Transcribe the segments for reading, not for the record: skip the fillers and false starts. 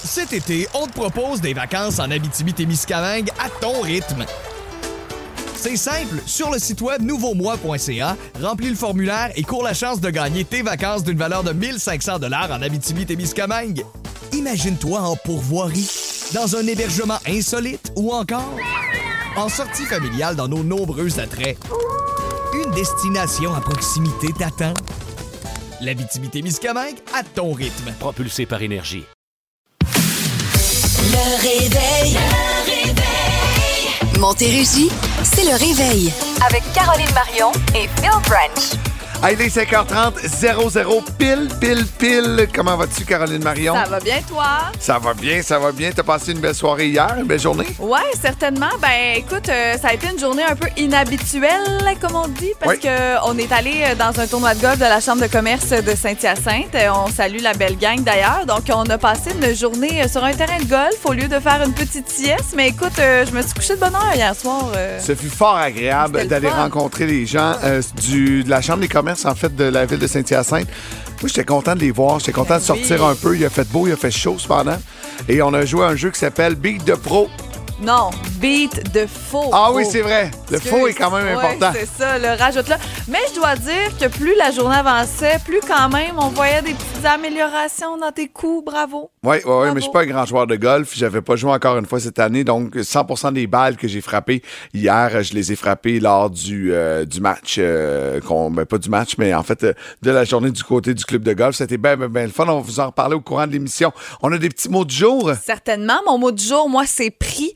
Cet été, on te propose des vacances en Abitibi-Témiscamingue à ton rythme. C'est simple, sur le site web nouveaumois.ca, remplis le formulaire et cours la chance de gagner tes vacances d'une valeur de 1 500 $ en Abitibi-Témiscamingue. Imagine-toi en pourvoirie, dans un hébergement insolite ou encore en sortie familiale dans nos nombreux attraits. Une destination à proximité t'attend. L'Abitibi-Témiscamingue à ton rythme. Propulsé par Énergie. Le réveil. Montérégie, c'est le réveil. Avec Caroline Marion et Phil Branch. Allez, il est 5h30, 00, pile. Comment vas-tu, Caroline Marion? Ça va bien, toi? Ça va bien. T'as passé une belle soirée hier, une belle journée? Ouais, certainement. Ben, écoute, ça a été une journée un peu inhabituelle, comme on dit, parce que on est allé dans un tournoi de golf de la Chambre de commerce de Saint-Hyacinthe. On salue la belle gang, d'ailleurs. Donc, on a passé une journée sur un terrain de golf au lieu de faire une petite sieste. Mais écoute, je me suis couchée de bonne heure hier soir. Ce fut fort agréable d'aller rencontrer les gens de la Chambre des commerces, en fait, de la ville de Saint-Hyacinthe. Moi, j'étais content de les voir. J'étais content de sortir un peu. Il a fait beau, il a fait chaud, cependant. Et on a joué à un jeu qui s'appelle Beat de Pro. Non, beat de faux. Ah oui, c'est vrai. Le faux est quand même important. C'est ça, le rajoute-là. Mais je dois dire que plus la journée avançait, plus quand même, on voyait des petites améliorations dans tes coups. Bravo. Oui, mais je suis pas un grand joueur de golf. J'avais pas joué encore une fois cette année. Donc, 100% des balles que j'ai frappées hier, je les ai frappées lors du match. Pas du match, mais en fait, de la journée du côté du club de golf. C'était bien le fun. On va vous en reparler au courant de l'émission. On a des petits mots du jour. Certainement. Mon mot du jour, moi, c'est prix.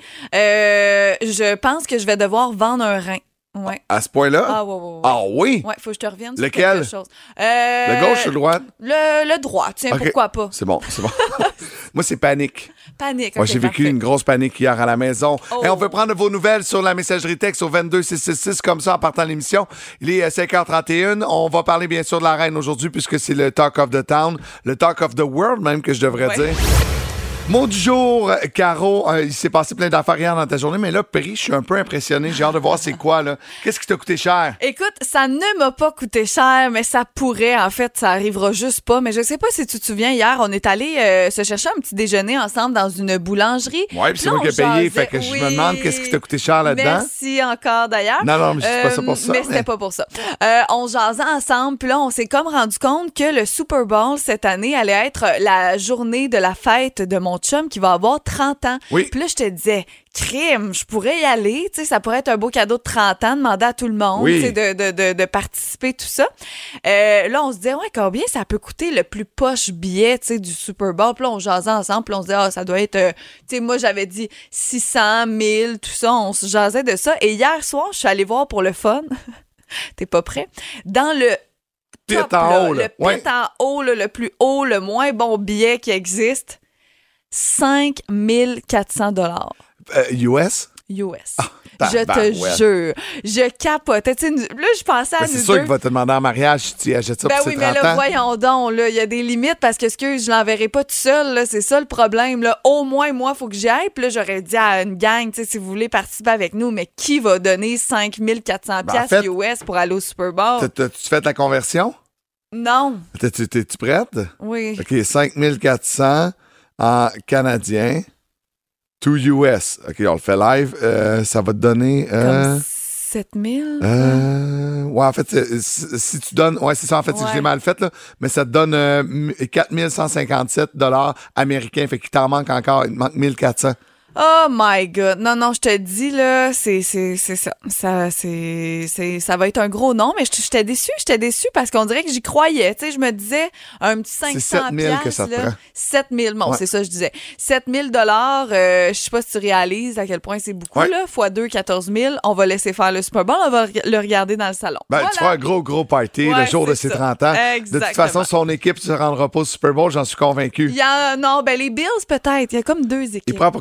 Je pense que je vais devoir vendre un rein. Ouais. À ce point-là? Ah, ouais. Ah oui? Ouais, faut que je te revienne sur lequel? quelque chose. Le gauche ou le droit? Le droit, tiens, okay. Pourquoi pas? C'est bon. Moi, c'est panique. Panique, Moi, j'ai vécu une grosse panique hier à la maison. Oh. Et on peut prendre vos nouvelles sur la messagerie texte au 22666 comme ça en partant de l'émission. Il est 5h31. On va parler bien sûr de la reine aujourd'hui puisque c'est le Talk of the Town, le Talk of the World même que je devrais dire. Mot du jour, Caro, il s'est passé plein d'affaires hier dans ta journée, mais là, prix, je suis un peu impressionné. J'ai hâte de voir c'est quoi, là. Qu'est-ce qui t'a coûté cher? Écoute, ça ne m'a pas coûté cher, mais ça pourrait. En fait, ça arrivera juste pas. Mais je sais pas si tu te souviens, hier, on est allé se chercher un petit déjeuner ensemble dans une boulangerie. Oui, puis c'est moi qui ai payé, fait que je me demande qu'est-ce qui t'a coûté cher là-dedans. Merci encore, d'ailleurs. Non, mais je dis pas ça pour ça. Mais c'était pas pour ça. On jasait ensemble, puis là, on s'est comme rendu compte que le Super Bowl, cette année, allait être la journée de la fête de mon chum qui va avoir 30 ans. Oui. Puis là, je te disais, crime, je pourrais y aller. Tu sais, ça pourrait être un beau cadeau de 30 ans, demander à tout le monde de participer, tout ça. Là, on se disait, combien ça peut coûter le plus poche billet, tu sais, du Super Bowl? Puis là, on jasait ensemble, puis on se disait, ça doit être, tu sais, moi, j'avais dit 600, 1000, tout ça. On se jasait de ça. Et hier soir, je suis allée voir pour le fun. T'es pas prêt? Dans le top, en haut, le pit en haut, le plus haut, le moins bon billet qui existe, 5 400 $. US? US. Je te jure. Je capotais. Là, je pensais à nous deux. C'est sûr qu'il va te demander en mariage si tu achètes ça pour ses 30 ans. Mais là, voyons donc, il y a des limites parce que je l'enverrai pas tout seul. Là, c'est ça le problème. Là. Au moins, moi, il faut que j'y aille. Puis là, j'aurais dit à une gang, si vous voulez participer avec nous, mais qui va donner 5 400 $ US pour aller au Super Bowl? T'as-tu fait la conversion? Non. T'es-tu prête? Oui. OK, 5 400 en canadien to US. OK, on le fait live. Ça va te donner... Comme 7 000? Ouais, en fait, si tu donnes... Ouais, c'est ça, en fait, je l'ai mal fait, là. Mais ça te donne 4 157 $ américains. Fait qu'il t'en manque encore. Il te manque 1 400. Oh my God. Non, je te dis, là, c'est ça. Ça va être un gros nom, mais j'étais déçue parce qu'on dirait que j'y croyais. Tu sais, je me disais, un petit 500$. C'est 7 000 que ça te prend. 7 000, bon, c'est ça, je disais. 7 000 $, je sais pas si tu réalises à quel point c'est beaucoup, là. Fois 2, 14 000. On va laisser faire le Super Bowl, on va le regarder dans le salon. Ben, tu feras un gros party le jour de ses 30 ans. Exactement. De toute façon, son équipe ne se rendra pas au Super Bowl, j'en suis convaincu. Non, les Bills, peut-être. Il y a comme 2 équipes. Il prend pour qui, là?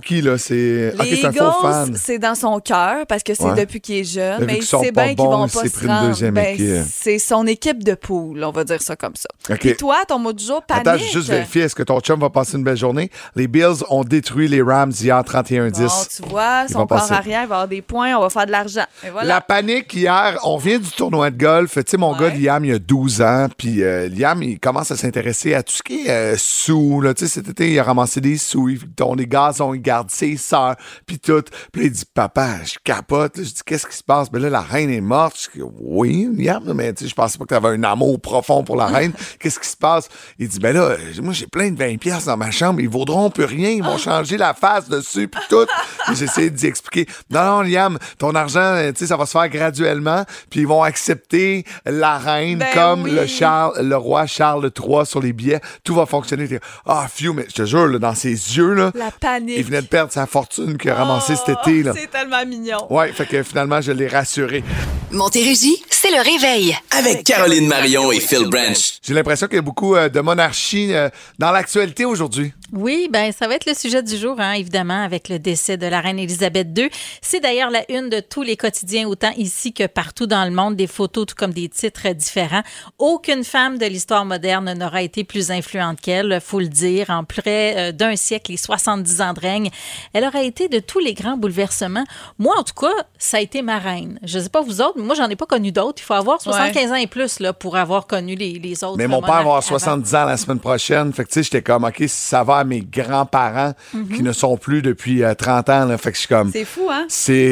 c'est Les un faux fan. Eagles, c'est dans son cœur parce que c'est depuis qu'il est jeune, mais il sait pas bien qu'ils vont bons, pas se rendre. C'est son équipe de poule, on va dire ça comme ça. Okay. Et toi, ton mot du jour, panique. Attends, juste vérifier, est-ce que ton chum va passer une belle journée? Les Bills ont détruit les Rams hier 31-10. Bon, tu vois, son corps arrière, il va avoir des points, on va faire de l'argent. Et voilà. La panique hier, on vient du tournoi de golf. Tu sais, mon gars, Liam, il a 12 ans, puis Liam, il commence à s'intéresser à tout ce qui est sous. Là. Tu sais, cet été, il a ramassé des sous, ils ont des gazons, il garde ses sœurs, puis tout. Puis là, il dit, papa, je capote. Là, je dis, qu'est-ce qui se passe? Ben là, la reine est morte. Je dis, oui, Liam, mais tu sais, je pensais pas que tu avais un amour profond pour la reine. Qu'est-ce qui se passe? Il dit, ben là, moi, j'ai plein de 20$ dans ma chambre, ils vaudront plus rien, ils vont changer la face dessus, puis tout. Et j'essaie d'y expliquer, non, Liam, ton argent, tu sais, ça va se faire graduellement, puis ils vont accepter la reine comme le roi Charles III sur les billets. Tout va fonctionner. Phew, mais je te jure, là, dans ses yeux, là, la panique. Il venait de perdre sa fortune qu'il a ramassée cet été. Là. C'est tellement mignon. Ouais, fait que finalement, je l'ai rassuré. Montérégie, c'est le réveil. Avec Caroline Marion et Phil Branch. J'ai l'impression qu'il y a beaucoup de monarchie dans l'actualité aujourd'hui. Oui, ben ça va être le sujet du jour, hein, évidemment, avec le décès de la reine Élisabeth II. C'est d'ailleurs la une de tous les quotidiens, autant ici que partout dans le monde, des photos tout comme des titres différents. Aucune femme de l'histoire moderne n'aura été plus influente qu'elle, faut le dire. En près d'un siècle et 70 ans de règne, elle aura été de tous les grands bouleversements. Moi, en tout cas, ça a été ma reine. Je ne sais pas vous autres, mais moi, j'en ai pas connu d'autres. Il faut avoir 75 ans et plus là, pour avoir connu les autres. Mais mon père va avoir 70 ans la semaine prochaine. Fait que tu sais, j'étais comme, OK, ça va à mes grands-parents qui ne sont plus depuis 30 ans. Là. Fait que je suis comme... C'est fou, hein?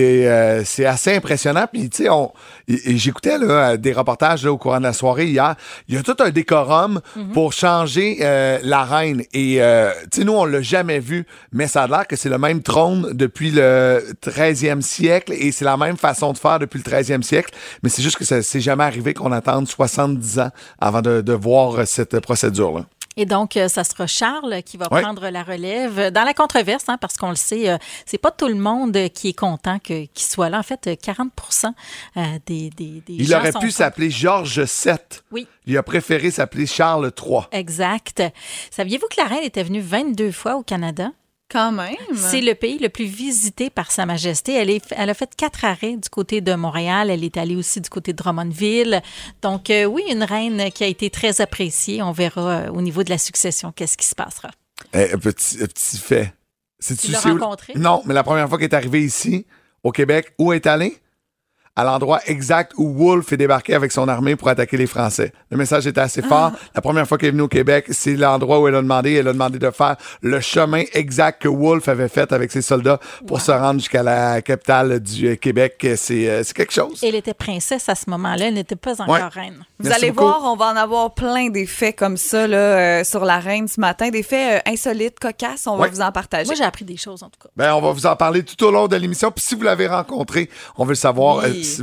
C'est assez impressionnant. Puis, tu sais, j'écoutais là, des reportages là, au courant de la soirée hier. Il y a tout un décorum pour changer la reine. Et, tu sais, nous, on l'a jamais vu, mais ça a l'air que c'est le même trône depuis le 13e siècle et c'est la même façon de faire depuis le 13e siècle. Mais c'est juste que ça s'est jamais arrivé qu'on attende 70 ans avant de voir cette procédure-là. Et donc, ça sera Charles qui va prendre la relève dans la controverse, hein, parce qu'on le sait, c'est pas tout le monde qui est content qu'il soit là. En fait, 40% des Il gens aurait sont pu s'appeler Georges VII. Oui. Il a préféré s'appeler Charles III. Exact. Saviez-vous que la reine était venue 22 fois au Canada? Quand même. C'est le pays le plus visité par Sa Majesté. Elle a fait 4 arrêts du côté de Montréal. Elle est allée aussi du côté de Drummondville. Donc, oui, une reine qui a été très appréciée. On verra au niveau de la succession qu'est-ce qui se passera. Un petit fait. Tu l'as rencontré? Non, mais la première fois qu'elle est arrivée ici, au Québec, où elle est allée? À l'endroit exact où Wolfe est débarqué avec son armée pour attaquer les Français. Le message était assez fort. La première fois qu'elle est venue au Québec, c'est l'endroit où elle a demandé de faire le chemin exact que Wolfe avait fait avec ses soldats pour se rendre jusqu'à la capitale du Québec. C'est quelque chose. Elle était princesse à ce moment-là. Elle n'était pas encore reine. Vous allez voir, on va en avoir plein des faits comme ça là, sur la reine ce matin. Des faits insolites, cocasses. On va vous en partager. Moi, j'ai appris des choses, en tout cas. Ben, on va vous en parler tout au long de l'émission. Puis si vous l'avez rencontré, on veut le savoir.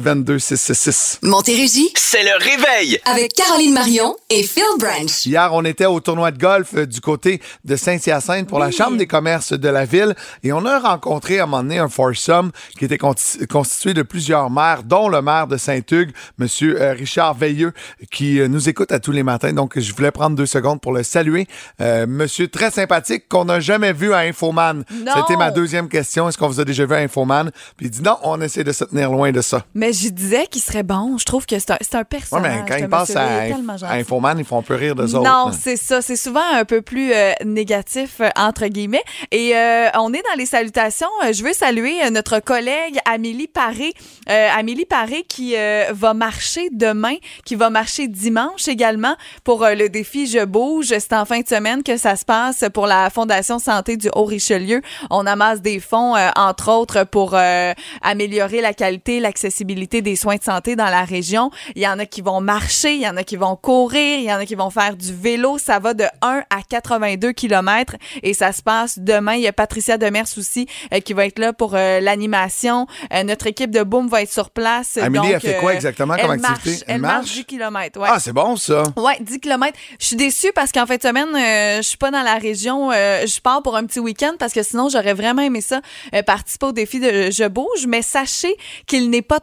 22-666. Montérégie, c'est le réveil. Avec Caroline Marion et Phil Branch. Hier, on était au tournoi de golf du côté de Saint-Hyacinthe pour la Chambre des commerces de la ville et on a rencontré à un moment donné un foursome qui était constitué de plusieurs maires, dont le maire de Saint-Hugues, M. Richard Veilleux, qui nous écoute à tous les matins. Donc, je voulais prendre 2 secondes pour le saluer. Monsieur très sympathique qu'on n'a jamais vu à Infoman. C'était ma deuxième question. Est-ce qu'on vous a déjà vu à Infoman? Puis il dit non, on essaie de se tenir loin de ça. Mais je disais qu'il serait bon. Je trouve que c'est un personnage. Oui, mais quand ils passent à Infoman, ils font un peu rire d'eux autres. Non, c'est ça. C'est souvent un peu plus négatif, entre guillemets. Et on est dans les salutations. Je veux saluer notre collègue Amélie Paré. Amélie Paré qui va marcher demain, qui va marcher dimanche également pour le défi Je bouge. C'est en fin de semaine que ça se passe pour la Fondation Santé du Haut-Richelieu. On amasse des fonds, entre autres, pour améliorer la qualité, l'accessibilité des soins de santé dans la région. Il y en a qui vont marcher, il y en a qui vont courir, il y en a qui vont faire du vélo. Ça va de 1 à 82 km et ça se passe demain. Il y a Patricia Demers aussi qui va être là pour l'animation. Notre équipe de Boom va être sur place. Amélie, donc, elle fait quoi exactement comme activité? Elle marche 10 km. Ouais. Ah, c'est bon ça. Ouais, 10 km. Je suis déçue parce qu'en fin de semaine, je suis pas dans la région. Je pars pour un petit week-end parce que sinon, j'aurais vraiment aimé ça, participer au défi de Je bouge. Mais sachez qu'il n'est pas trop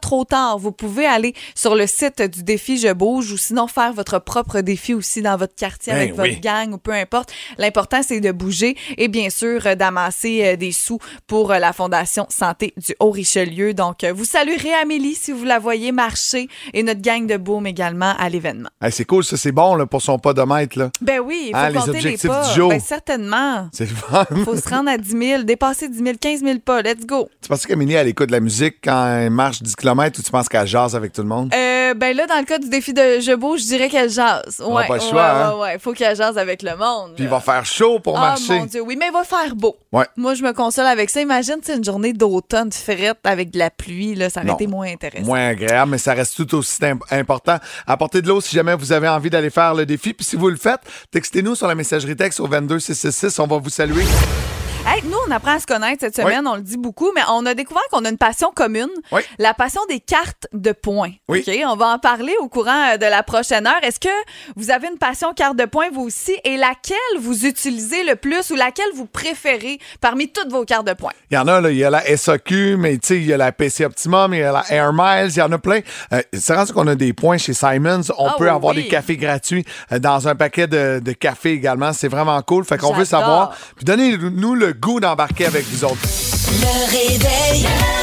trop tard. Vous pouvez aller sur le site du défi Je Bouge ou sinon faire votre propre défi aussi dans votre quartier avec votre gang ou peu importe. L'important, c'est de bouger et bien sûr d'amasser des sous pour la Fondation Santé du Haut-Richelieu. Donc, vous saluerez Amélie si vous la voyez marcher et notre gang de Beaume également à l'événement. Hey, c'est cool, ça, c'est bon là, pour son podomètre. Là. Ben oui, il faut compter les pas. Du jour. Ben certainement. C'est le fun. Il faut se rendre à 10 000, dépasser 10 000, 15 000 pas. Let's go. Tu penses qu'Amélie, elle écoute de la musique quand elle marche 10 km ou tu penses qu'elle jase avec tout le monde? Ben là, dans le cas du défi de Je Bouge, je dirais qu'elle jase. On n'a pas le choix, ouais. Faut qu'elle jase avec le monde. Puis il va faire chaud pour marcher. Oh mon Dieu, oui, mais il va faire beau. Ouais. Moi, je me console avec ça. Imagine, une journée d'automne frette avec de la pluie, là, ça aurait été moins intéressant. Moins agréable, mais ça reste tout aussi important. Apportez de l'eau si jamais vous avez envie d'aller faire le défi. Puis si vous le faites, textez-nous sur la messagerie texte au 22666. On va vous saluer. Hey, nous, on apprend à se connaître cette semaine, on le dit beaucoup, mais on a découvert qu'on a une passion commune, la passion des cartes de points. Oui. Okay? On va en parler au courant de la prochaine heure. Est-ce que vous avez une passion carte de points, vous aussi, et laquelle vous utilisez le plus ou laquelle vous préférez parmi toutes vos cartes de points? Il y en a, là, il y a la SAQ, mais tu sais, il y a la PC Optimum, il y a la Air Miles, il y en a plein. C'est rendu qu'on a des points chez Simons. On peut avoir des cafés gratuits dans un paquet de cafés également. C'est vraiment cool. Fait qu'on veut savoir. Puis donnez-nous le goût d'embarquer avec vous autres. Le réveil.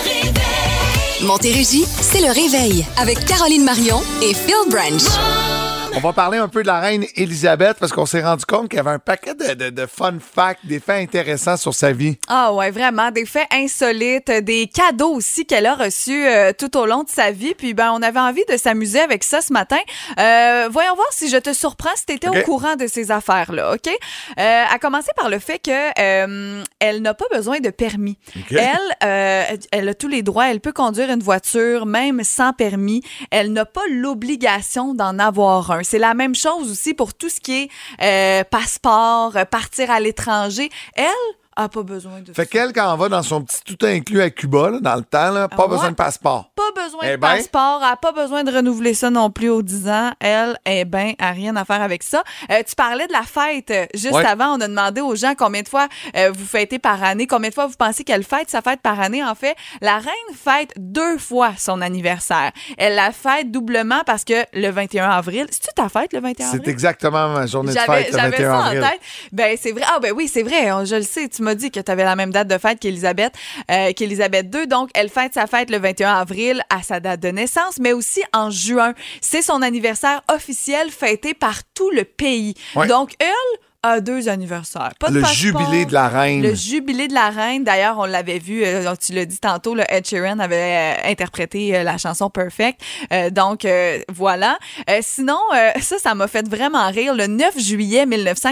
Montérégie, c'est le réveil avec Caroline Marion et Phil Branch. On va parler un peu de la reine Élisabeth parce qu'on s'est rendu compte qu'il y avait un paquet de fun facts, des faits intéressants sur sa vie. Ah ouais, vraiment, des faits insolites, des cadeaux aussi qu'elle a reçus tout au long de sa vie. Puis on avait envie de s'amuser avec ça ce matin. Voyons voir si je te surprends, si tu étais au courant de ces affaires-là, OK? À commencer par le fait que elle n'a pas besoin de permis. Okay. Elle a tous les droits, elle peut conduire une voiture même sans permis. Elle n'a pas l'obligation d'en avoir un. C'est la même chose aussi pour tout ce qui est passeport, partir à l'étranger. Elle a pas besoin de ça. Fait qu'elle, quand on va dans son petit tout inclus à Cuba, là, dans le temps, là, pas besoin de passeport. Pas besoin de passeport. Elle n'a pas besoin de renouveler ça non plus aux 10 ans. Elle, a rien à faire avec ça. Tu parlais de la fête. Juste avant, on a demandé aux gens combien de fois vous fêtez par année, combien de fois vous pensez qu'elle fête sa fête par année. En fait, la reine fête 2 fois son anniversaire. Elle la fête doublement parce que le 21 avril... C'est-tu ta fête, le 21 avril? C'est exactement ma journée de fête, le 21 avril. J'avais ça en tête. Ben, c'est vrai. Ah, ben oui, c'est vrai. Je le sais. Tu m'as dit que tu avais la même date de fête qu'Élisabeth II. Donc, elle fête sa fête le 21 avril à sa date de naissance, mais aussi en juin. C'est son anniversaire officiel fêté par tout le pays. Ouais. Donc, elle a 2 anniversaires. Pas de passeport. Jubilé de la reine. Le jubilé de la reine. D'ailleurs, on l'avait vu, tu l'as dit tantôt, Ed Sheeran avait interprété la chanson Perfect. Donc, voilà. Sinon, ça m'a fait vraiment rire. Le 9 juillet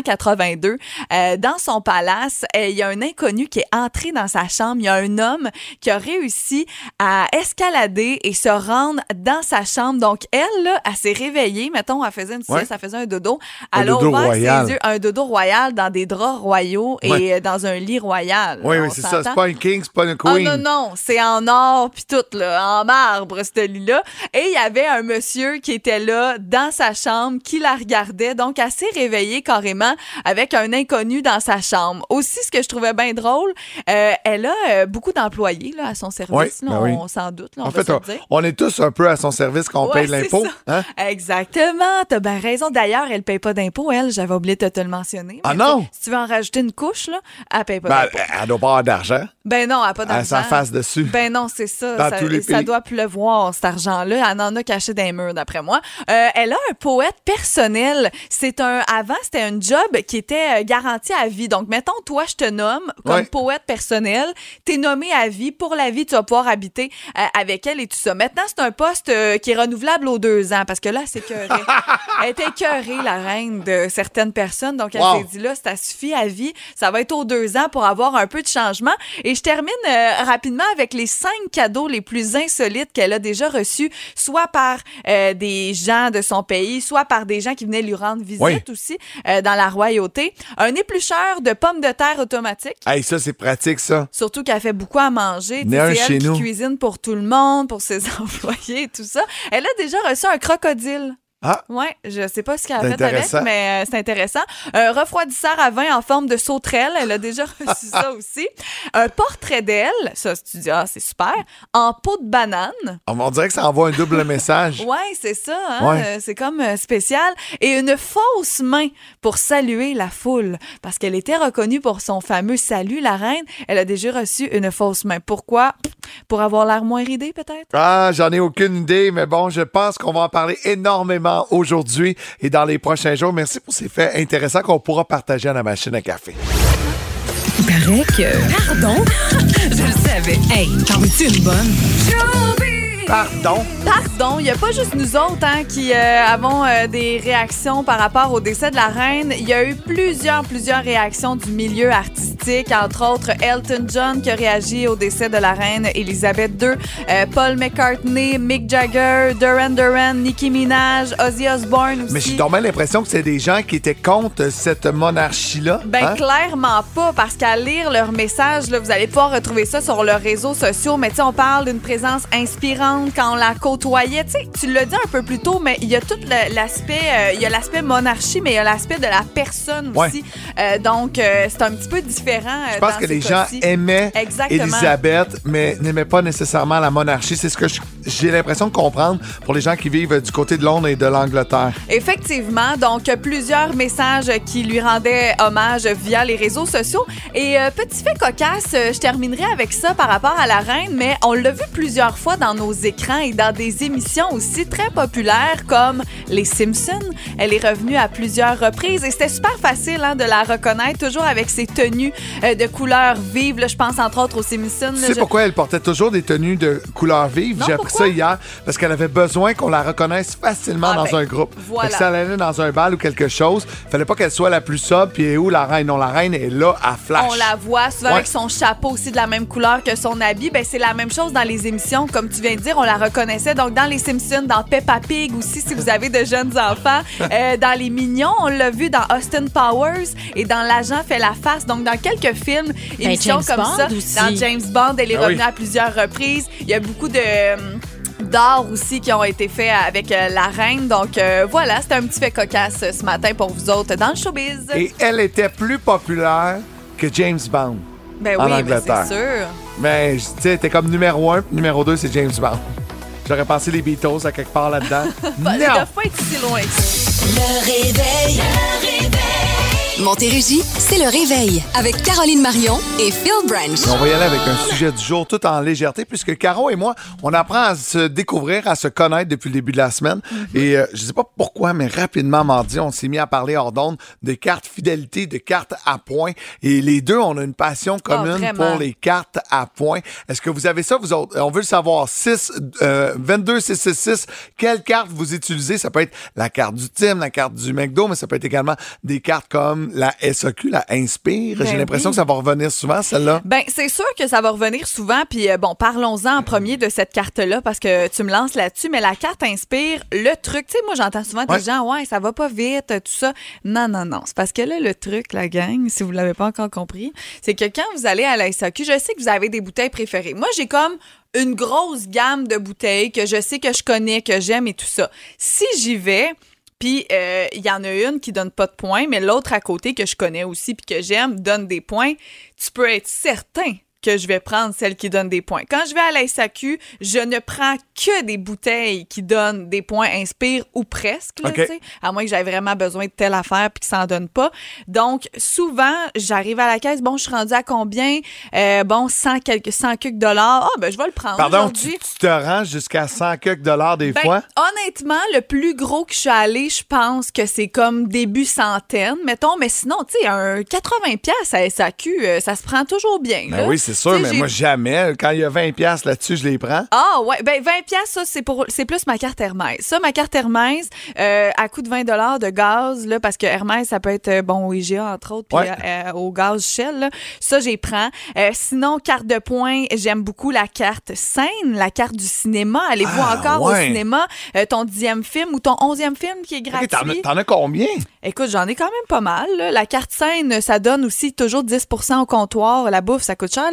1982, dans son palace, il y a un inconnu qui est entré dans sa chambre. Il y a un homme qui a réussi à escalader et se rendre dans sa chambre. Donc, elle, là, elle s'est réveillée. Mettons, elle faisait une sieste, elle faisait un dodo. Elle a ouvert ses yeux, un dodo royal dans des draps royaux et dans un lit royal. Oui, c'est ça. C'est pas un king, c'est pas une queen. Ah non, c'est en or puis tout, là, en marbre, ce lit-là. Et il y avait un monsieur qui était là, dans sa chambre, qui la regardait. Donc, elle s'est réveillée carrément avec un inconnu dans sa chambre. Aussi, ce que je trouvais bien drôle, elle a beaucoup d'employés là, à son service. Là, on s'en doute. Là, en fait, on est tous un peu à son service quand on paye de l'impôt. Hein? Exactement. T'as bien raison. D'ailleurs, elle paye pas d'impôt, elle. J'avais oublié de te le mentionner. Ah non? Si tu veux en rajouter une couche, là, elle paye pas d'impôt. Elle doit pas avoir d'argent. Ben non, elle n'a pas d'argent. Elle s'en face dessus. Ben non, c'est ça. Dans tous les pays. Ça doit pleuvoir, cet argent-là. Elle en a caché dans les murs, d'après moi. Elle a un poète personnel. Avant, c'était un job qui était garanti à vie. Donc, mettons, toi, je te nomme comme poète personnel. T'es nommé à vie. Pour la vie, tu vas pouvoir habiter avec elle et tout ça. Maintenant, c'est un poste qui est renouvelable aux 2 ans parce que là, c'est écœuré. Elle était écœurée, la reine, de certaines personnes. Donc, elle s'est dit là, ça suffit à vie. Ça va être aux 2 ans pour avoir un peu de changement. Et je termine rapidement avec les 5 cadeaux les plus insolites qu'elle a déjà reçus, soit par des gens de son pays, soit par des gens qui venaient lui rendre visite aussi dans la royauté. Un éplucheur de pommes de terre automatique. Hey, ça, c'est pratique, ça. Surtout qu'elle fait beaucoup à manger. C'est elle qui cuisine pour tout le monde, pour ses employés et tout ça. Elle a déjà reçu un crocodile. Ah! Oui, je sais pas ce qu'elle a fait avec, mais c'est intéressant. Un refroidisseur à vin en forme de sauterelle, elle a déjà reçu ça aussi. Un portrait d'elle, ça, tu dis, c'est super, en peau de banane. On dirait que ça envoie un double message. Oui, c'est ça, hein? Ouais. C'est comme spécial. Et une fausse main pour saluer la foule, parce qu'elle était reconnue pour son fameux salut, la reine. Elle a déjà reçu une fausse main. Pourquoi? Pour avoir l'air moins ridée, peut-être? Ah, j'en ai aucune idée, mais bon, je pense qu'on va en parler énormément aujourd'hui et dans les prochains jours. Merci pour ces faits intéressants qu'on pourra partager à la machine à café. Il paraît que... Pardon? Je le savais. Hey, t'en veux-tu une bonne? Pardon? Pardon, il n'y a pas juste nous autres qui avons des réactions par rapport au décès de la reine. Il y a eu plusieurs réactions du milieu artistique, entre autres Elton John qui a réagi au décès de la reine Elisabeth II, Paul McCartney, Mick Jagger, Duran, Nicki Minaj, Ozzy Osbourne aussi. Mais j'ai donc l'impression que c'est des gens qui étaient contre cette monarchie-là. Ben clairement pas, parce qu'à lire leur message, là, vous allez pouvoir retrouver ça sur leurs réseaux sociaux, mais tu sais, on parle d'une présence inspirante quand on la côtoyait. Tu l'as dit un peu plus tôt, mais il y a tout l'aspect, il y a l'aspect monarchie, mais il y a l'aspect de la personne aussi. Donc, c'est un petit peu différent. Je pense que les gens aimaient Elisabeth, mais n'aimaient pas nécessairement la monarchie. C'est ce que j'ai l'impression de comprendre pour les gens qui vivent du côté de Londres et de l'Angleterre. Effectivement. Donc, plusieurs messages qui lui rendaient hommage via les réseaux sociaux. Et petit fait cocasse, je terminerai avec ça par rapport à la reine, mais on l'a vu plusieurs fois dans nos écrans et dans des émissions aussi très populaires comme Les Simpsons. Elle est revenue à plusieurs reprises et c'était super facile de la reconnaître, toujours avec ses tenues de couleurs vives. Là, je pense entre autres aux Simpsons. Tu sais pourquoi elle portait toujours des tenues de couleurs vives? J'ai appris ça hier parce qu'elle avait besoin qu'on la reconnaisse facilement dans un groupe. Voilà. Si elle allait dans un bal ou quelque chose, il fallait pas qu'elle soit la plus sobre. Puis où la reine? Non, la reine est là à flash. On la voit souvent avec son chapeau aussi de la même couleur que son habit. Ben, c'est la même chose dans les émissions, comme tu viens de dire, on la reconnaissait. Donc, dans les Simpsons, dans Peppa Pig aussi, si vous avez de jeunes enfants. Dans Les Mignons, on l'a vu dans Austin Powers et dans L'Agent fait la face. Donc, dans quelques films, émissions James comme Bond ça. aussi. Dans James Bond, elle est revenue à plusieurs reprises. Il y a beaucoup d'art aussi qui ont été faits avec la reine. Donc, voilà, c'était un petit fait cocasse ce matin pour vous autres dans le showbiz. Et elle était plus populaire que James Bond. Ben en oui, Angleterre. c'est sûr. Mais, tu sais, t'es comme numéro 1, numéro 2, c'est James Bond. J'aurais pensé les Beatles à quelque part là-dedans. Non! Ils doivent pas être si loin que ça. Le réveil. Montérégie, c'est le réveil avec Caroline Marion et Phil Branch. On va y aller avec un sujet du jour tout en légèreté puisque Caro et moi, on apprend à se découvrir, à se connaître depuis le début de la semaine. Et je sais pas pourquoi, mais rapidement, mardi, on s'est mis à parler hors d'onde de cartes fidélité, de cartes à points. Et les deux, on a une passion commune pour les cartes à points. Est-ce que vous avez ça, vous autres? On veut le savoir. 22-666, quelle carte vous utilisez? Ça peut être la carte du Tim, la carte du McDo, mais ça peut être également des cartes comme la SAQ, la Inspire. J'ai l'impression que ça va revenir souvent, celle-là. Ben, c'est sûr que ça va revenir souvent. Puis, bon, parlons-en en premier de cette carte-là parce que tu me lances là-dessus. Mais la carte Inspire, le truc, tu sais, moi, j'entends souvent des gens, ça va pas vite, tout ça. Non. C'est parce que là, le truc, la gang, si vous l'avez pas encore compris, c'est que quand vous allez à la SAQ, je sais que vous avez des bouteilles préférées. Moi, j'ai comme une grosse gamme de bouteilles que je sais que je connais, que j'aime et tout ça. Si j'y vais... Puis, il y en a une qui donne pas de points, mais l'autre à côté que je connais aussi puis que j'aime donne des points. Tu peux être certain que je vais prendre celle qui donne des points. Quand je vais à la SAQ, je ne prends que des bouteilles qui donnent des points Inspire ou presque, là, à moins que j'aie vraiment besoin de telle affaire puis que ça en donne pas. Donc, souvent, j'arrive à la caisse, bon, je suis rendue à combien? 100 quelques dollars. Ah, ben, je vais le prendre. Pardon, aujourd'hui. tu te rends jusqu'à 100 quelques dollars des fois? Honnêtement, le plus gros que je suis allée, je pense que c'est comme début centaine, mettons. Mais sinon, tu sais, un 80$ à SAQ, ça se prend toujours bien. Ben oui, c'est sûr, mais moi, jamais. Quand il y a 20$ là-dessus, je les prends. Ah, ouais. Ben, 20$, ça, c'est plus ma carte Hermès. Ça, ma carte Hermès, à coût de 20$ de gaz, là, parce que Hermès, ça peut être, au IGA, entre autres, puis au gaz Shell, là. Ça, j'y prends. Sinon, carte de points, j'aime beaucoup la carte scène, la carte du cinéma. Allez-vous encore au cinéma? Ton 10e film ou ton 11e film qui est gratuit. Okay, t'en as combien? Écoute, j'en ai quand même pas mal, là. La carte scène, ça donne aussi toujours 10% au comptoir. La bouffe, ça coûte cher, le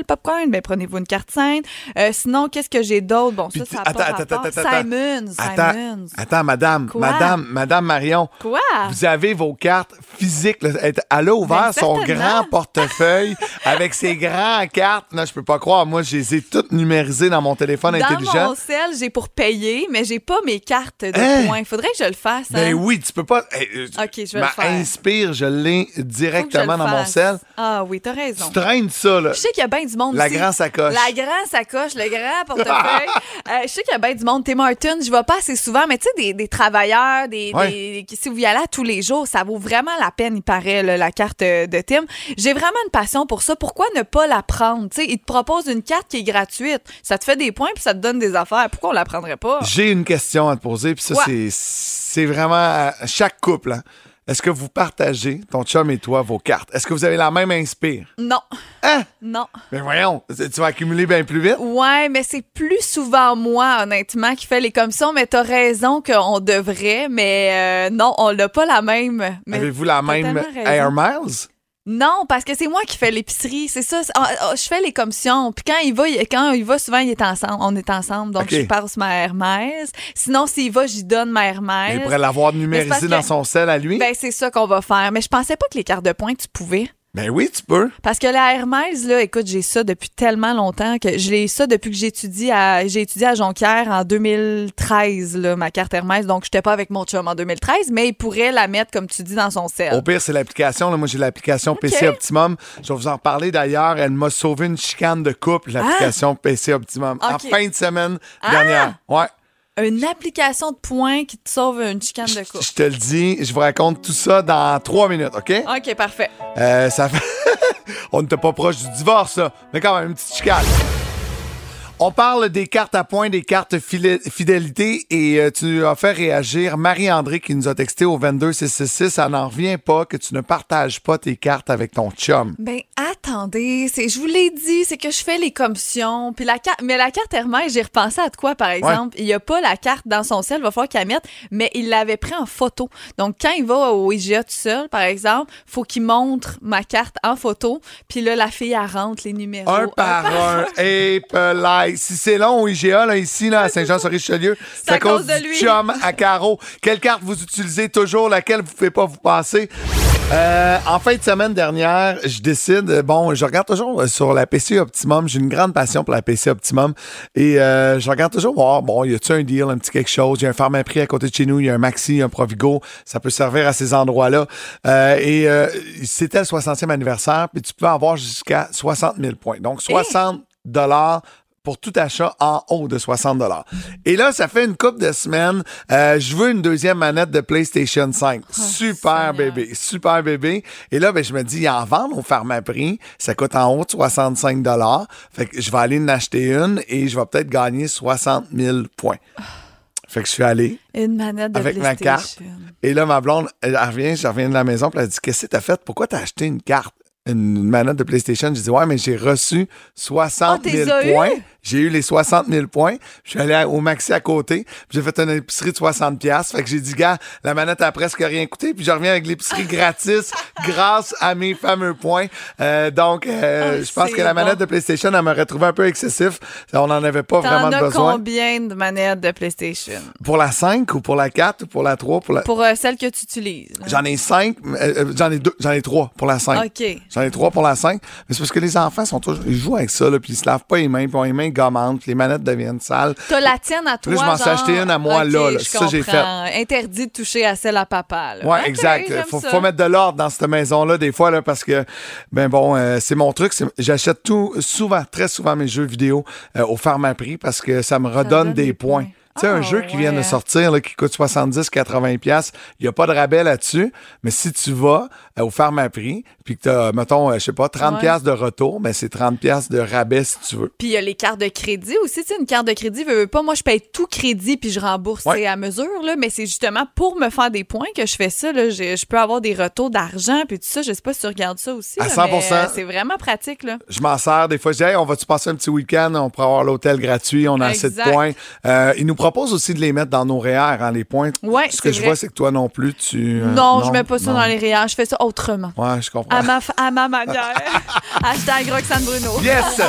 popcorn, ben prenez-vous une carte saine. Sinon, qu'est-ce que j'ai d'autre? Bon, Puis ça n'a pas rapport. Simons. Attends, madame. Quoi? Madame Marion. Quoi? Vous avez vos cartes physiques. Là. Elle a ouvert son grand portefeuille avec ses grandes cartes. Non, je peux pas croire. Moi, je les ai toutes numérisées dans mon téléphone intelligent. Dans mon cell, j'ai pour payer, mais j'ai pas mes cartes de points. Faudrait que je le fasse. Hein? Ben oui, tu peux pas. OK, je vais le faire. Inspire, je l'ai directement dans mon sel. Ah oui, t'as raison. Tu traînes ça, là. Je sais qu'il y a bien du monde La aussi. grande sacoche. La grande sacoche, le grand portefeuille. Je sais qu'il y a bien du monde. Tim Hortons, je vais pas assez souvent, mais tu sais, des travailleurs, si vous y allez à tous les jours, ça vaut vraiment la peine, il paraît, là, la carte de Tim. J'ai vraiment une passion pour ça. Pourquoi ne pas la prendre? Tu sais, il te propose une carte qui est gratuite. Ça te fait des points puis ça te donne des affaires. Pourquoi on la prendrait pas? J'ai une question à te poser, puis ça, c'est vraiment chaque couple, hein? Est-ce que vous partagez, ton chum et toi, vos cartes? Est-ce que vous avez la même inspire? Non. Hein? Non. Mais voyons, tu vas accumuler bien plus vite? Ouais, mais c'est plus souvent moi, honnêtement, qui fait les commissions. Mais t'as raison qu'on devrait, mais non, on n'a pas la même. Mais avez-vous la même Air Miles? Non, parce que c'est moi qui fais l'épicerie, c'est ça. Je fais les commissions. Puis quand il va, souvent, on est ensemble. Donc, je passe ma Hermès. Sinon, s'il va, j'y donne ma Hermès. Il pourrait l'avoir numérisé dans son sel à lui? Ben, c'est ça qu'on va faire. Mais je pensais pas que les cartes de points, tu pouvais. Ben oui, tu peux. Parce que la Hermès, là, écoute, j'ai ça depuis tellement longtemps que je l'ai ça depuis que j'ai étudié à Jonquière en 2013, là, ma carte Hermès. Donc, j'étais pas avec mon chum en 2013, mais il pourrait la mettre, comme tu dis, dans son sel. Au pire, c'est l'application. Là, moi, j'ai l'application PC Optimum. Je vais vous en reparler d'ailleurs. Elle m'a sauvé une chicane de couple, l'application PC Optimum. En fin de semaine dernière. Ouais. Une application de points qui te sauve une chicane de couple. Je te le dis, je vous raconte tout ça dans 3 minutes, OK? OK, parfait. Ça fait... On n'était pas proche du divorce, ça. Mais quand même, une petite chicane. On parle des cartes à points, des cartes fidélité et tu as fait réagir Marie-André qui nous a texté au 22666. Ça n'en revient pas que tu ne partages pas tes cartes avec ton chum. Ben attendez, je vous l'ai dit, c'est que je fais les commissions. Puis mais la carte Hermès, j'ai repensé à de quoi, par exemple? Il n'y a pas la carte dans son ciel, il va falloir qu'elle mette, mais il l'avait pris en photo. Donc, quand il va au IGA tout seul, par exemple, faut qu'il montre ma carte en photo. Puis là, la fille, elle rentre les numéros. Un par un. Et pelay. Si c'est long au IGA, là, ici, là, à Saint-Jean-sur-Richelieu, c'est à cause de lui. Chum à carreau. Quelle carte vous utilisez toujours? Laquelle vous ne pouvez pas vous passer? En fin de semaine dernière, je décide, je regarde toujours sur la PC Optimum. J'ai une grande passion pour la PC Optimum. Et je regarde toujours voir, y a-tu un deal, un petit quelque chose? Il y a un Pharmaprix à côté de chez nous, il y a un Maxi, un Provigo. Ça peut servir à ces endroits-là. C'était le 60e anniversaire, puis tu peux avoir jusqu'à 60 000 points. Donc, 60 $ pour tout achat en haut de 60 $. Et là, ça fait une couple de semaines. Je veux une deuxième manette de PlayStation 5. Super bébé. Et là, je me dis, ils en vendent au Pharmaprix. Ça coûte en haut de 65 $. Fait que je vais aller en acheter une et je vais peut-être gagner 60 000 points. Fait que je suis allé une manette de avec ma carte. Et là, ma blonde, je reviens de la maison, puis elle dit, qu'est-ce que t'as fait? Pourquoi t'as acheté une carte? Une manette de PlayStation. J'ai dit, ouais, mais j'ai reçu 60 000 points. J'ai eu les 60 000 points. Je suis allé au Maxi à côté. J'ai fait une épicerie de 60$. Fait que j'ai dit, gars, la manette a presque rien coûté. Puis je reviens avec l'épicerie gratis grâce à mes fameux points. Je pense que la manette de PlayStation, elle m'aurait trouvé un peu excessif. On n'en avait pas vraiment besoin. T'en as combien de manettes de PlayStation? Pour la 5 ou pour la 4 ou pour la 3? Pour celle que tu utilises. J'en ai 5. J'en ai 3 pour la 5. OK. J'en ai 3 pour la 5. Mais c'est parce que les enfants ils jouent avec ça, là, puis ils se lavent pas les mains, puis ils ont les mains gommantes, puis les manettes deviennent sales. T'as la tienne à toi, là, je m'en suis acheté une à moi, là. Ça, j'ai fait. Interdit de toucher à celle à papa, là. Ouais, exact. Faut mettre de l'ordre dans cette maison-là, des fois, là, parce que, c'est mon truc. J'achète très souvent mes jeux vidéo au Pharmaprix parce que ça me redonne des points. Tu sais, un jeu qui vient de sortir, là, qui coûte 70-80$, il n'y a pas de rabais là-dessus, mais si tu vas au Pharmaprix, puis que tu as, mettons, 30$ de retour, mais c'est 30$ de rabais si tu veux. Puis il y a les cartes de crédit aussi. Tu sais, une carte de crédit, veux pas, moi, je paye tout crédit, puis je rembourse à mesure, là, mais c'est justement pour me faire des points que je fais ça. Là. Je peux avoir des retours d'argent, puis tout ça. Je sais pas si tu regardes ça aussi. À là, 100%. Mais, c'est vraiment pratique, là. Je m'en sers. Des fois, je dis, hey, on va-tu passer un petit week-end? On pourra avoir l'hôtel gratuit, on a assez de points. Ils nous proposent proposes aussi de les mettre dans nos REER, hein, les points. Ouais, Ce que je vois, c'est que toi non plus, non, je mets pas ça dans les REER. Je fais ça autrement. Ouais, je comprends. À ma manière. Hashtag Roxane Bruno. Yes!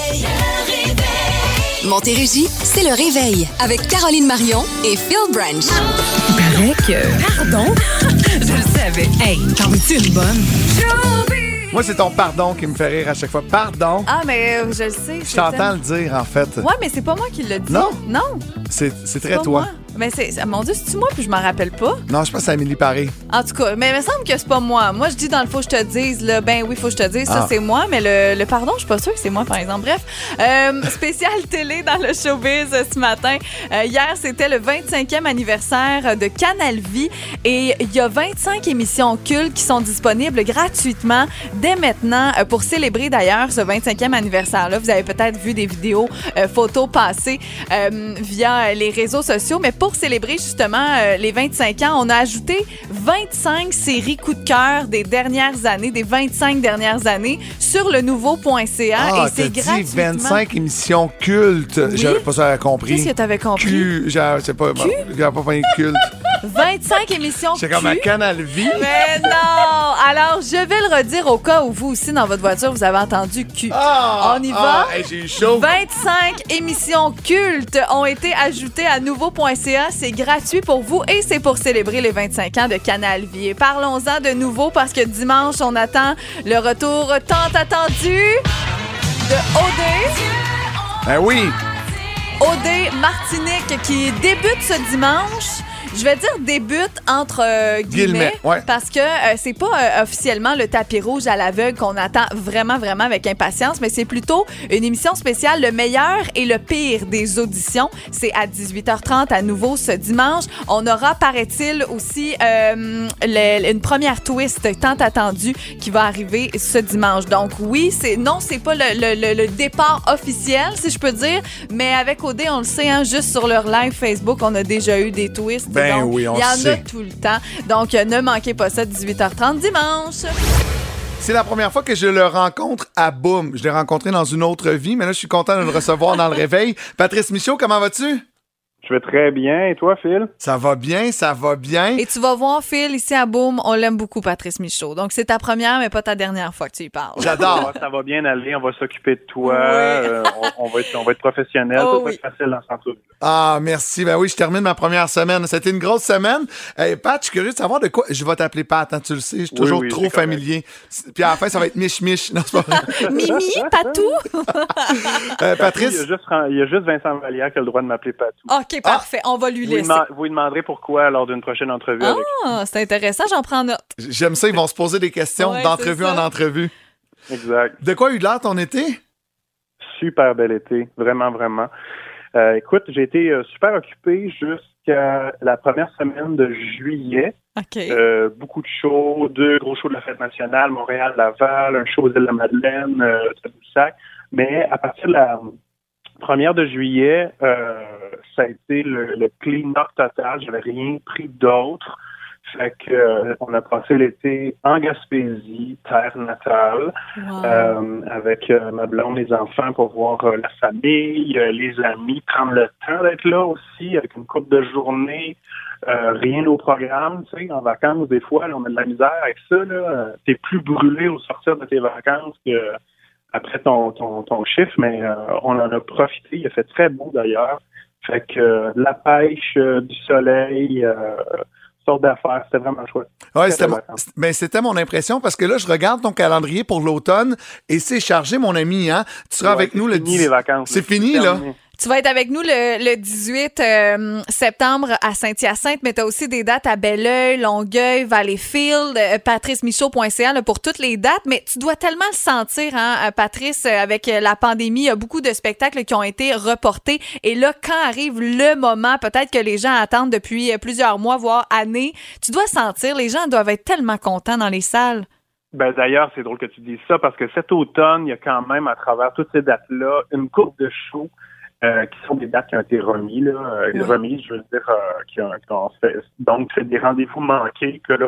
Montérégie, c'est le réveil avec Caroline Marion et Phil Branch. Il paraît que... Pardon? Je le savais. Hey, t'en veux-tu une bonne? Moi, c'est ton pardon qui me fait rire à chaque fois. Pardon? Ah, mais je le sais. Je t'entends le dire, en fait. Ouais, mais c'est pas moi qui le dis. Non? Non. C'est très pas toi. moi. Mais mon Dieu, c'est-tu moi puis je m'en rappelle pas? Non, je pense que c'est Amélie Paré. En tout cas, mais il me semble que c'est pas moi. Moi, je dis dans le faut que je te dise, là, ben oui, faut que je te dise, ça c'est moi, mais le pardon, je suis pas sûre que c'est moi, par exemple. Bref, spécial télé dans le showbiz ce matin. Hier, c'était le 25e anniversaire de Canal Vie et il y a 25 émissions cultes qui sont disponibles gratuitement dès maintenant pour célébrer d'ailleurs ce 25e anniversaire-là. Vous avez peut-être vu des vidéos, photos passées via les réseaux sociaux, mais pour célébrer justement les 25 ans, on a ajouté 25 séries coup de cœur des dernières années, des 25 dernières années sur le nouveau.ca et c'est gratuitement. Dit 25 émissions cultes. Oui. J'avais pas ça compris. Qu'est-ce que t'avais compris? C'est pas... J'avais pas fait culte. 25 émissions C'est comme à Canal Vie. Mais non! Alors, je vais le redire au cas où vous aussi, dans votre voiture, vous avez entendu Q. On y va? Hey, j'ai eu chaud. 25 émissions cultes ont été ajoutées à nouveau.ca. C'est gratuit pour vous et c'est pour célébrer les 25 ans de Canal Vie. Et parlons-en de nouveau parce que dimanche, on attend le retour tant attendu de OD. Ben oui. OD Martinique qui débute ce dimanche. Je vais dire débute entre guillemets ouais. Parce que c'est pas officiellement le tapis rouge à l'aveugle qu'on attend vraiment avec impatience, mais c'est plutôt une émission spéciale, le meilleur et le pire des auditions. C'est à 18h30 à nouveau ce dimanche. On aura, paraît-il, aussi une première twist tant attendue qui va arriver ce dimanche. Donc oui, c'est pas le départ officiel, si je peux dire, mais avec OD, on le sait, hein, juste sur leur live Facebook, on a déjà eu des twists. Ben donc, oui, on il y en sait. a tout le temps. Donc, ne manquez pas ça, 18h30 dimanche. C'est la première fois que je le rencontre à Boom. Je l'ai rencontré dans une autre vie, mais là, je suis content de le recevoir dans le réveil. Patrice Michaud, comment vas-tu? Je vais très bien. Et toi, Phil? Ça va bien, ça va bien. Et tu vas voir, Phil, ici à Boom, on l'aime beaucoup, Patrice Michaud. Donc, c'est ta première, mais pas ta dernière fois que tu y parles. J'adore. Ça va bien aller. On va s'occuper de toi. Oui. On va être professionnels. Oh, Tout va être facile dans ce sens-là. Ah, merci. Ben oui, je termine ma première semaine. C'était une grosse semaine. Pat, je suis curieux de savoir de quoi. Je vais t'appeler Pat, hein, tu le sais. Je suis toujours oui, trop familier. Puis à la fin, ça va être Mich-Mich. Non, c'est pas vrai. Mimi, Patou. Patrice. Il y a juste Vincent Vallière qui a le droit de m'appeler Patou. OK, parfait. On va lui laisser. Vous lui demanderez pourquoi lors d'une prochaine entrevue avec lui. Ah, c'est intéressant. J'en prends note. J'aime ça. Ils vont se poser des questions Ouais, d'entrevue c'est ça. en entrevue. Exact. De quoi a eu l'air ton été? Super bel été. Vraiment. Écoute, j'ai été super occupé jusqu'à la première semaine de juillet. OK. Beaucoup de shows, 2 gros shows de la Fête nationale, Montréal, Laval, un show aux Îles-de-la-Madeleine, Tadoussac. Mais à partir de la première de juillet, ça a été le clean-up total. J'avais rien pris d'autre. Fait que on a passé l'été en Gaspésie, terre natale, avec ma blonde, les enfants pour voir la famille, les amis, prendre le temps d'être là aussi, avec une couple de journées, rien au programme, tu sais, en vacances, des fois, là, on a de la misère avec ça, là. T'es plus brûlé au sortir de tes vacances que après ton chiffre, mais on en a profité, il a fait très beau d'ailleurs. Fait que de la pêche, du soleil, sorte d'affaires, c'était vraiment chouette. Ouais, c'était mon impression parce que là, je regarde ton calendrier pour l'automne et c'est chargé, mon ami, hein? Tu seras avec nous le 10. C'est fini les vacances. C'est fini, là? Tu vas être avec nous le 18 septembre à Saint-Hyacinthe, mais tu as aussi des dates à Belleuil, Longueuil, Valleyfield, patricemichaud.ca là, pour toutes les dates. Mais tu dois tellement le sentir, hein, Patrice, avec la pandémie, il y a beaucoup de spectacles qui ont été reportés. Et là, quand arrive le moment, peut-être que les gens attendent depuis plusieurs mois, voire années, tu dois sentir, les gens doivent être tellement contents dans les salles. Ben d'ailleurs, c'est drôle que tu dises ça, parce que cet automne, il y a quand même, à travers toutes ces dates-là, une couple de shows qui sont des dates qui ont été remises, je veux dire, qui ont fait. Donc, c'est des rendez-vous manqués que là,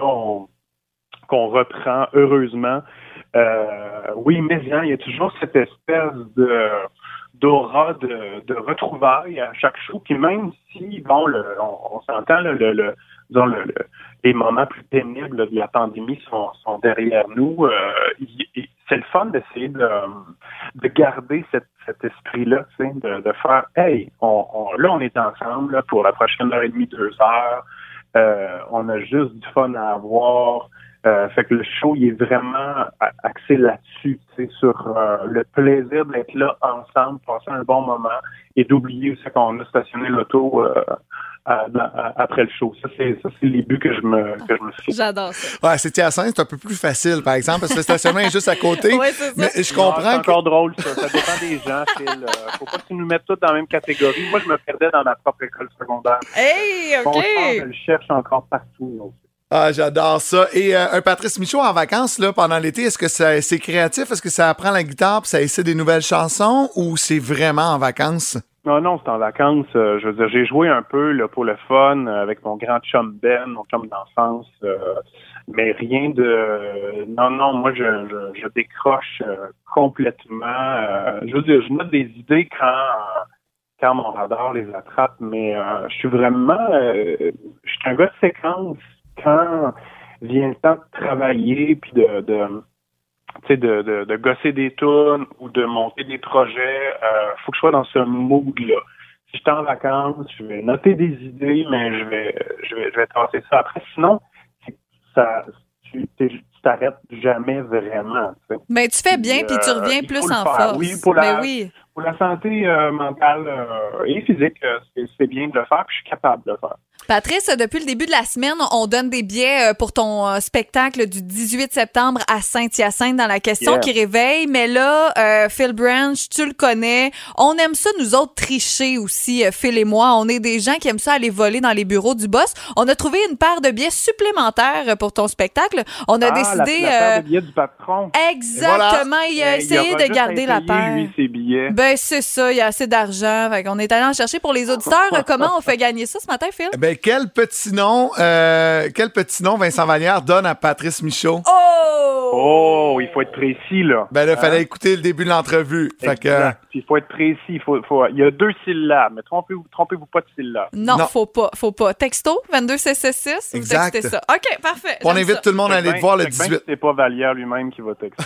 qu'on reprend heureusement. Oui, mais il y a toujours cette espèce d'aura de retrouvailles à chaque show. Puis même si, bon, on s'entend, disons, les moments plus pénibles de la pandémie sont derrière nous, c'est le fun d'essayer de garder cet esprit-là, tu sais, de faire, hey, là, on est ensemble là, pour la prochaine heure et demie, 2 heures. On a juste du fun à avoir. Fait que le show, il est vraiment axé là-dessus, tu sais, sur le plaisir d'être là ensemble, passer un bon moment et d'oublier aussi qu'on a stationné l'auto après le show. Ça, c'est les buts que je me fais. J'adore ça. Ouais, c'est Hyacinthe, c'est un peu plus facile, par exemple, parce que le stationnement est juste à côté. Ouais, c'est ça. Mais je comprends c'est encore drôle, ça. Ça dépend des gens, Phil. Faut pas que tu nous mettes tous dans la même catégorie. Moi, je me perdais dans ma propre école secondaire. Hey, OK! Bon, je le cherche encore partout, là. Ah, j'adore ça. Et un Patrice Michaud en vacances là pendant l'été, est-ce que c'est créatif? Est-ce que ça apprend la guitare puis ça essaie des nouvelles chansons ou c'est vraiment en vacances? Non, c'est en vacances. Je veux dire, j'ai joué un peu là, pour le fun avec mon grand chum Ben, mon chum d'enfance, mais rien de... Non, moi, je décroche complètement. Je veux dire, je note des idées quand mon radar les attrape, mais je suis vraiment... je suis un gars de séquence. Quand vient le temps de travailler puis de gosser des tunes ou de monter des projets, faut que je sois dans ce mood-là. Si je suis en vacances, je vais noter des idées, mais je vais tasser ça. Après, sinon, tu t'arrêtes jamais vraiment. Tu sais. Mais tu fais bien puis tu reviens plus en force. Oui, pour la santé mentale et physique, c'est bien de le faire puis je suis capable de le faire. Patrice, depuis le début de la semaine, on donne des billets pour ton spectacle du 18 septembre à Saint-Hyacinthe dans la question qui réveille. Mais là, Phil Branch, tu le connais. On aime ça, nous autres, tricher aussi, Phil et moi. On est des gens qui aiment ça aller voler dans les bureaux du boss. On a trouvé une paire de billets supplémentaires pour ton spectacle. On a décidé... La paire de billets du patron. Exactement. Voilà. Il a essayé de garder la paire. Lui, ses billets. Ben, c'est ça. Il y a assez d'argent. Fait qu'on est allé en chercher pour les auditeurs. Comment on fait gagner ça ce matin, Phil? Ben, quel petit nom Vincent Vallière donne à Patrice Michaud? Oh, il faut être précis, là. Ben là, il fallait écouter le début de l'entrevue. Fait que... Puis il faut être précis. Il y a 2 syllabes, mais trompez-vous pas de syllabes. Non, faut pas. Texto, 22666, vous textez ça. OK, parfait. On invite tout le monde à aller te voir le 18. C'est pas Vallière lui-même qui va texter.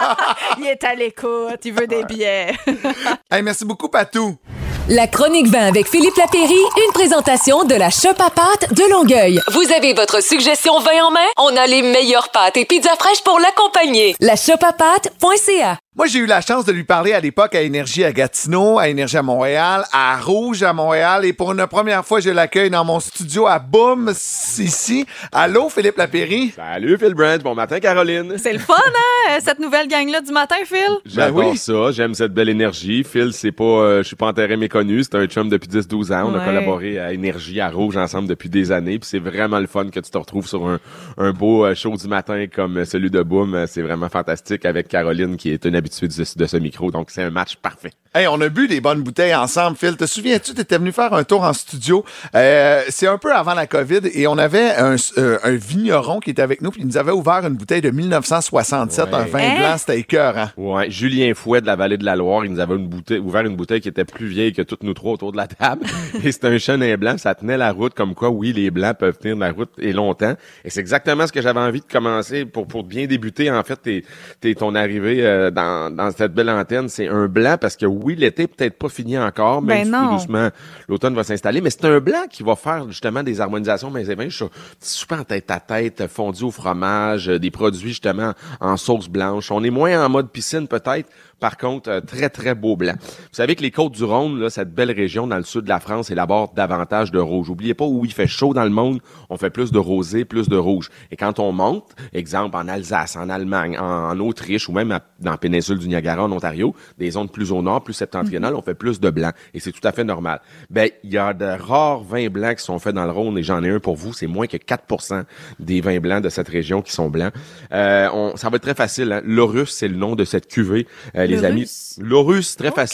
Il est à l'écoute, il veut des billets. Hey, merci beaucoup, Patou. La chronique vin avec Philippe Lapéry, une présentation de la Shop à pâtes de Longueuil. Vous avez votre suggestion vin en main? On a les meilleures pâtes et pizzas fraîches pour l'accompagner. La shopapâtes.ca. Moi, j'ai eu la chance de lui parler à l'époque à Énergie à Gatineau, à Énergie à Montréal, à Rouge à Montréal. Et pour une première fois, je l'accueille dans mon studio à Boom, ici. Allô, Philippe Lapéry? Salut, Phil Branch. Bon matin, Caroline. C'est le fun, hein, cette nouvelle gang-là du matin, Phil? J'adore ça. J'aime cette belle énergie. Phil, c'est pas, je suis pas en terrain méconnu. C'est un chum depuis 10-12 ans. On a collaboré à Énergie à Rouge ensemble depuis des années. Puis c'est vraiment le fun que tu te retrouves sur un beau show du matin comme celui de Boom. C'est vraiment fantastique avec Caroline qui est une habituée de ce micro. Donc, c'est un match parfait. Hey, on a bu des bonnes bouteilles ensemble, Phil. Te souviens-tu, t'étais venu faire un tour en studio. C'est un peu avant la COVID et on avait un vigneron qui était avec nous puis il nous avait ouvert une bouteille de 1967, un vin blanc, c'était écœurant. Ouais, Julien Fouet de la Vallée de la Loire, il nous avait ouvert une bouteille qui était plus vieille que toutes nous trois autour de la table. Et c'était un chenin blanc, ça tenait la route comme quoi, oui, les blancs peuvent tenir la route et longtemps. Et c'est exactement ce que j'avais envie de commencer pour bien débuter, en fait, ton arrivée dans cette belle antenne. C'est un blanc parce que oui, l'été est peut-être pas fini encore, même si tout doucement l'automne va s'installer, mais c'est un blanc qui va faire justement des harmonisations mais vins super en tête à tête, fondu au fromage, des produits justement en sauce blanche. On est moins en mode piscine peut-être. Par contre, très, très beau blanc. Vous savez que les Côtes-du-Rhône, là, cette belle région dans le sud de la France, élabore davantage de rouge. Oubliez pas, où il fait chaud dans le monde, on fait plus de rosé, plus de rouge. Et quand on monte, exemple en Alsace, en Allemagne, en Autriche ou même dans la péninsule du Niagara, en Ontario, des zones plus au nord, plus septentrionales, on fait plus de blanc. Et c'est tout à fait normal. Ben, il y a de rares vins blancs qui sont faits dans le Rhône et j'en ai un pour vous. C'est moins que 4% des vins blancs de cette région qui sont blancs. Ça va être très facile. Hein? L'Aurus, c'est le nom de cette cuvée. Les amis, l'Aurus, très facile.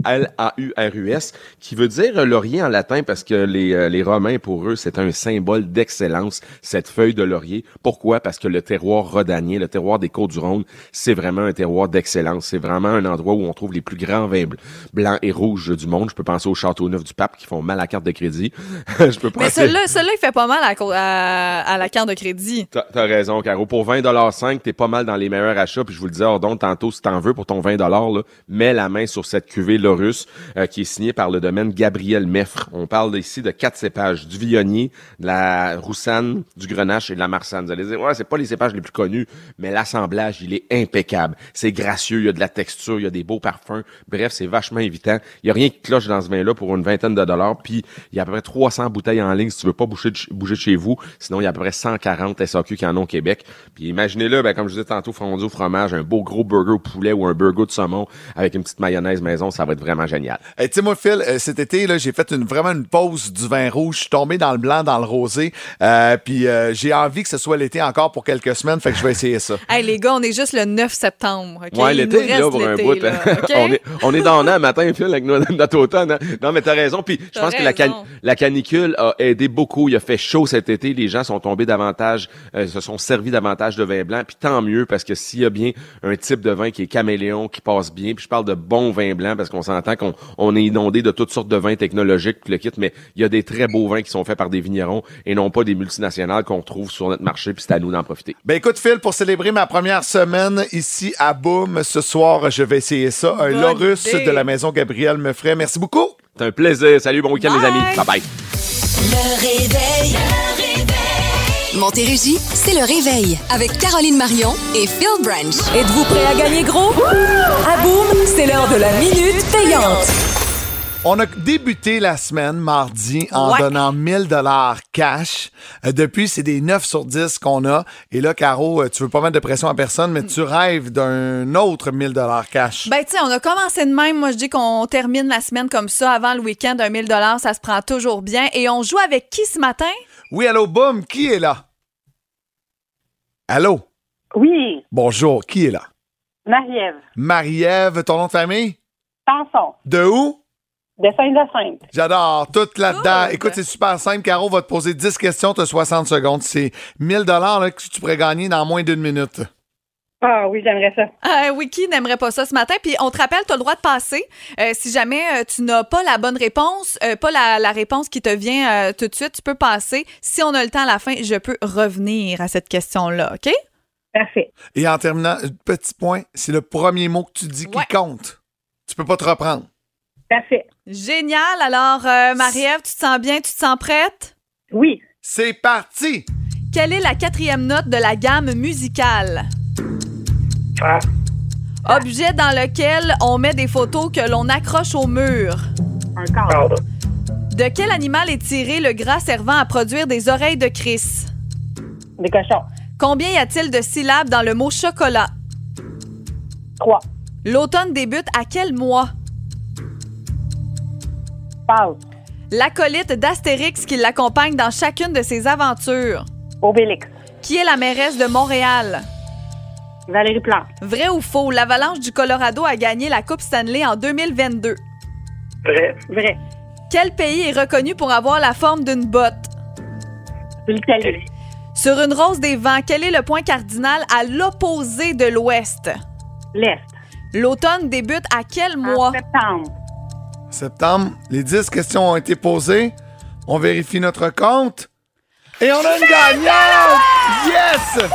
Laurus, qui veut dire laurier en latin parce que les Romains, pour eux, c'est un symbole d'excellence, cette feuille de laurier. Pourquoi? Parce que le terroir rhodanier, le terroir des Côtes-du-Rhône, c'est vraiment un terroir d'excellence. C'est vraiment un endroit où on trouve les plus grands vins blancs et rouges du monde. Je peux penser au Châteauneuf du Pape qui font mal à la carte de crédit. Mais celui-là, il fait pas mal à la carte de crédit. T'as raison, Caro. Pour 20,5 $, t'es pas mal dans les meilleurs achats. Puis je vous le disais, donc tantôt, si t'en veux pour ton 20 $, là, mets la main sur cette cuvée Laurus qui est signée par le domaine Gabriel Meffre. On parle ici de 4 cépages, du Viognier, de la Roussanne, du Grenache et de la Marsanne. Vous allez dire, ouais, c'est pas les cépages les plus connus, mais l'assemblage, il est impeccable. C'est gracieux, il y a de la texture, il y a des beaux parfums. Bref, c'est vachement évitant. Il y a rien qui cloche dans ce vin-là pour une vingtaine de dollars. Puis il y a à peu près 300 bouteilles en ligne si tu veux pas bouger de chez vous. Sinon, il y a à peu près 140 SAQ qui en ont au Québec. Puis imaginez-le, comme je disais tantôt, fondu au fromage, un beau gros burger au poulet ou un burger de saumon avec une petite mayonnaise maison, ça va être vraiment génial. Hey, tu sais, moi, Phil, cet été, là, j'ai fait vraiment une pause du vin rouge. Je suis tombé dans le blanc, dans le rosé. Puis j'ai envie que ce soit l'été encore pour quelques semaines. Fait que je vais essayer ça. Hey, les gars, on est juste le 9 septembre. Okay? Ouais, l'été est là pour un bout. Là, okay? on est dans un matin, Phil, avec notre automne. Hein? Non, mais t'as raison. Puis je pense que la canicule a aidé beaucoup. Il a fait chaud cet été. Les gens sont tombés davantage, se sont servis davantage de vin blanc. Puis tant mieux, parce que s'il y a bien un type de vin qui est caméléon, qui passe bien, puis je parle de bons vins blancs, parce qu'on s'entend qu'on est inondé de toutes sortes de vins technologiques, le kit, mais il y a des très beaux vins qui sont faits par des vignerons et non pas des multinationales qu'on trouve sur notre marché, puis c'est à nous d'en profiter. Ben écoute, Phil, pour célébrer ma première semaine ici à Boom, ce soir, je vais essayer ça. Un Laurus de la maison Gabriel Meffray. Merci beaucoup. C'est un plaisir. Salut, bon week-end, les amis. Bye-bye. Le réveil. Montérégie, c'est le réveil avec Caroline Marion et Phil Branch. Êtes-vous prêts à gagner gros? À Boom, c'est l'heure de la minute payante. On a débuté la semaine mardi en donnant 1000 $ cash. Depuis, c'est des 9 sur 10 qu'on a. Et là, Caro, tu veux pas mettre de pression à personne, mais tu rêves d'un autre 1000 $ cash. Ben, tu sais, on a commencé de même. Moi, je dis qu'on termine la semaine comme ça avant le week-end. Un 1000 $, ça se prend toujours bien. Et on joue avec qui ce matin? Oui, allô, Boom, qui est là? Allô? Oui. Bonjour, qui est là? Marie-Ève. Marie-Ève, ton nom de famille? Sanson. De où? De Saint-Hyacinthe. J'adore, tout là-dedans. Écoute, c'est super simple. Caro va te poser 10 questions, tu as 60 secondes. C'est 1000 $ là, que tu pourrais gagner dans moins d'1 minute. Ah oui, j'aimerais ça. Oui, qui n'aimerait pas ça ce matin? Puis on te rappelle, tu as le droit de passer. Si jamais tu n'as pas la bonne réponse, pas la réponse qui te vient tout de suite, tu peux passer. Si on a le temps à la fin, je peux revenir à cette question-là, OK? Parfait. Et en terminant, petit point, c'est le premier mot que tu dis qui compte. Tu peux pas te reprendre. Parfait. Génial. Alors, Marie-Ève, tu te sens bien? Tu te sens prête? Oui. C'est parti! Quelle est la 4e note de la gamme musicale? Objet dans lequel on met des photos que l'on accroche au mur. Un cadre. De quel animal est tiré le gras servant à produire des oreilles de Chris? Des cochons. Combien y a-t-il de syllabes dans le mot chocolat? 3. L'automne débute à quel mois? Passe. L'acolyte d'Astérix qui l'accompagne dans chacune de ses aventures. Obélix. Qui est la mairesse de Montréal? Valérie Plante. Vrai ou faux? L'Avalanche du Colorado a gagné la Coupe Stanley en 2022. Vrai. Vrai. Quel pays est reconnu pour avoir la forme d'une botte? L'Italie. Sur une rose des vents, quel est le point cardinal à l'opposé de l'ouest? L'Est. L'automne débute à quel mois? En septembre. Septembre. Les 10 questions ont été posées. On vérifie notre compte. Et on a une gagnante! Yes!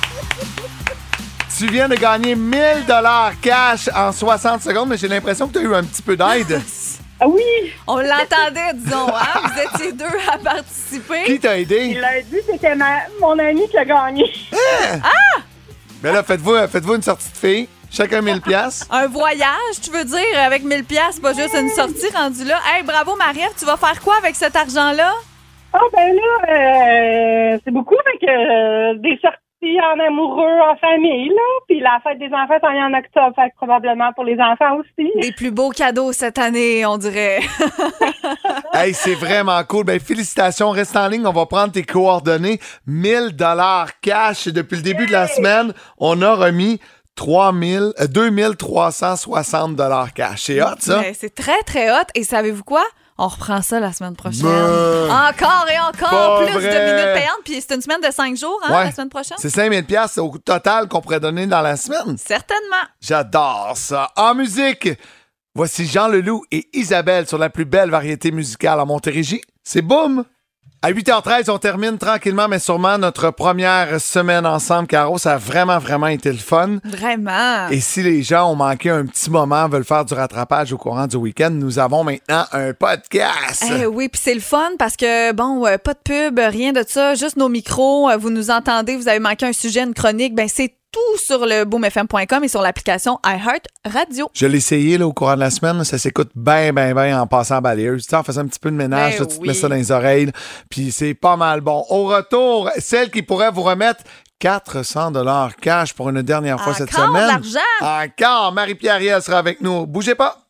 Tu viens de gagner 1000 $ cash en 60 secondes, mais j'ai l'impression que tu as eu un petit peu d'aide. Ah oui! On l'entendait, disons, hein? Vous étiez 2 à participer. Qui t'a aidé? Il a dit que c'était mon ami qui a gagné. Ah! Ben là, faites-vous une sortie de filles. Chacun 1000 $. Un voyage, tu veux dire, avec 1000 $, pas juste une sortie rendue là. Hey, bravo, Marie-Ève, tu vas faire quoi avec cet argent-là? Ah, ben là, c'est beaucoup avec des sorties en amoureux, en famille, là. Puis la fête des enfants, ça en octobre, fait que probablement pour les enfants aussi. Les plus beaux cadeaux cette année, on dirait. Hey, c'est vraiment cool. Ben, félicitations. Reste en ligne. On va prendre tes coordonnées. 1000 $ cash. Depuis le début de la semaine, on a remis 2360 $ cash. C'est hot, ça? Ouais, c'est très, très hot. Et savez-vous quoi? On reprend ça la semaine prochaine. Encore et encore, pas plus vrai. de minutes payantes. Puis c'est une semaine de 5 jours, Ouais. la semaine prochaine? C'est 5000 $ au total qu'on pourrait donner dans la semaine. Certainement. J'adore ça. En musique, voici Jean Leloup et Isabelle sur la plus belle variété musicale en Montérégie. C'est boum! À 8h13, on termine tranquillement, mais sûrement notre première semaine ensemble, Caro. Ça a vraiment, vraiment été le fun. Vraiment. Et si les gens ont manqué un petit moment, veulent faire du rattrapage au courant du week-end, nous avons maintenant un podcast. Oui, puis c'est le fun parce que, pas de pub, rien de ça, juste nos micros. Vous nous entendez, vous avez manqué un sujet, une chronique, c'est tout sur le boomfm.com et sur l'application iHeart Radio. Je l'ai essayé au courant de la semaine. Ça s'écoute bien en passant en balayeuse. Tu sais, en faisant un petit peu de ménage, tu te mets ça dans les oreilles. Puis c'est pas mal bon. Au retour, celle qui pourrait vous remettre 400 $ cash pour une dernière fois cette semaine. Encore de l'argent! Encore! Marie-Pierre Riel sera avec nous. Bougez pas!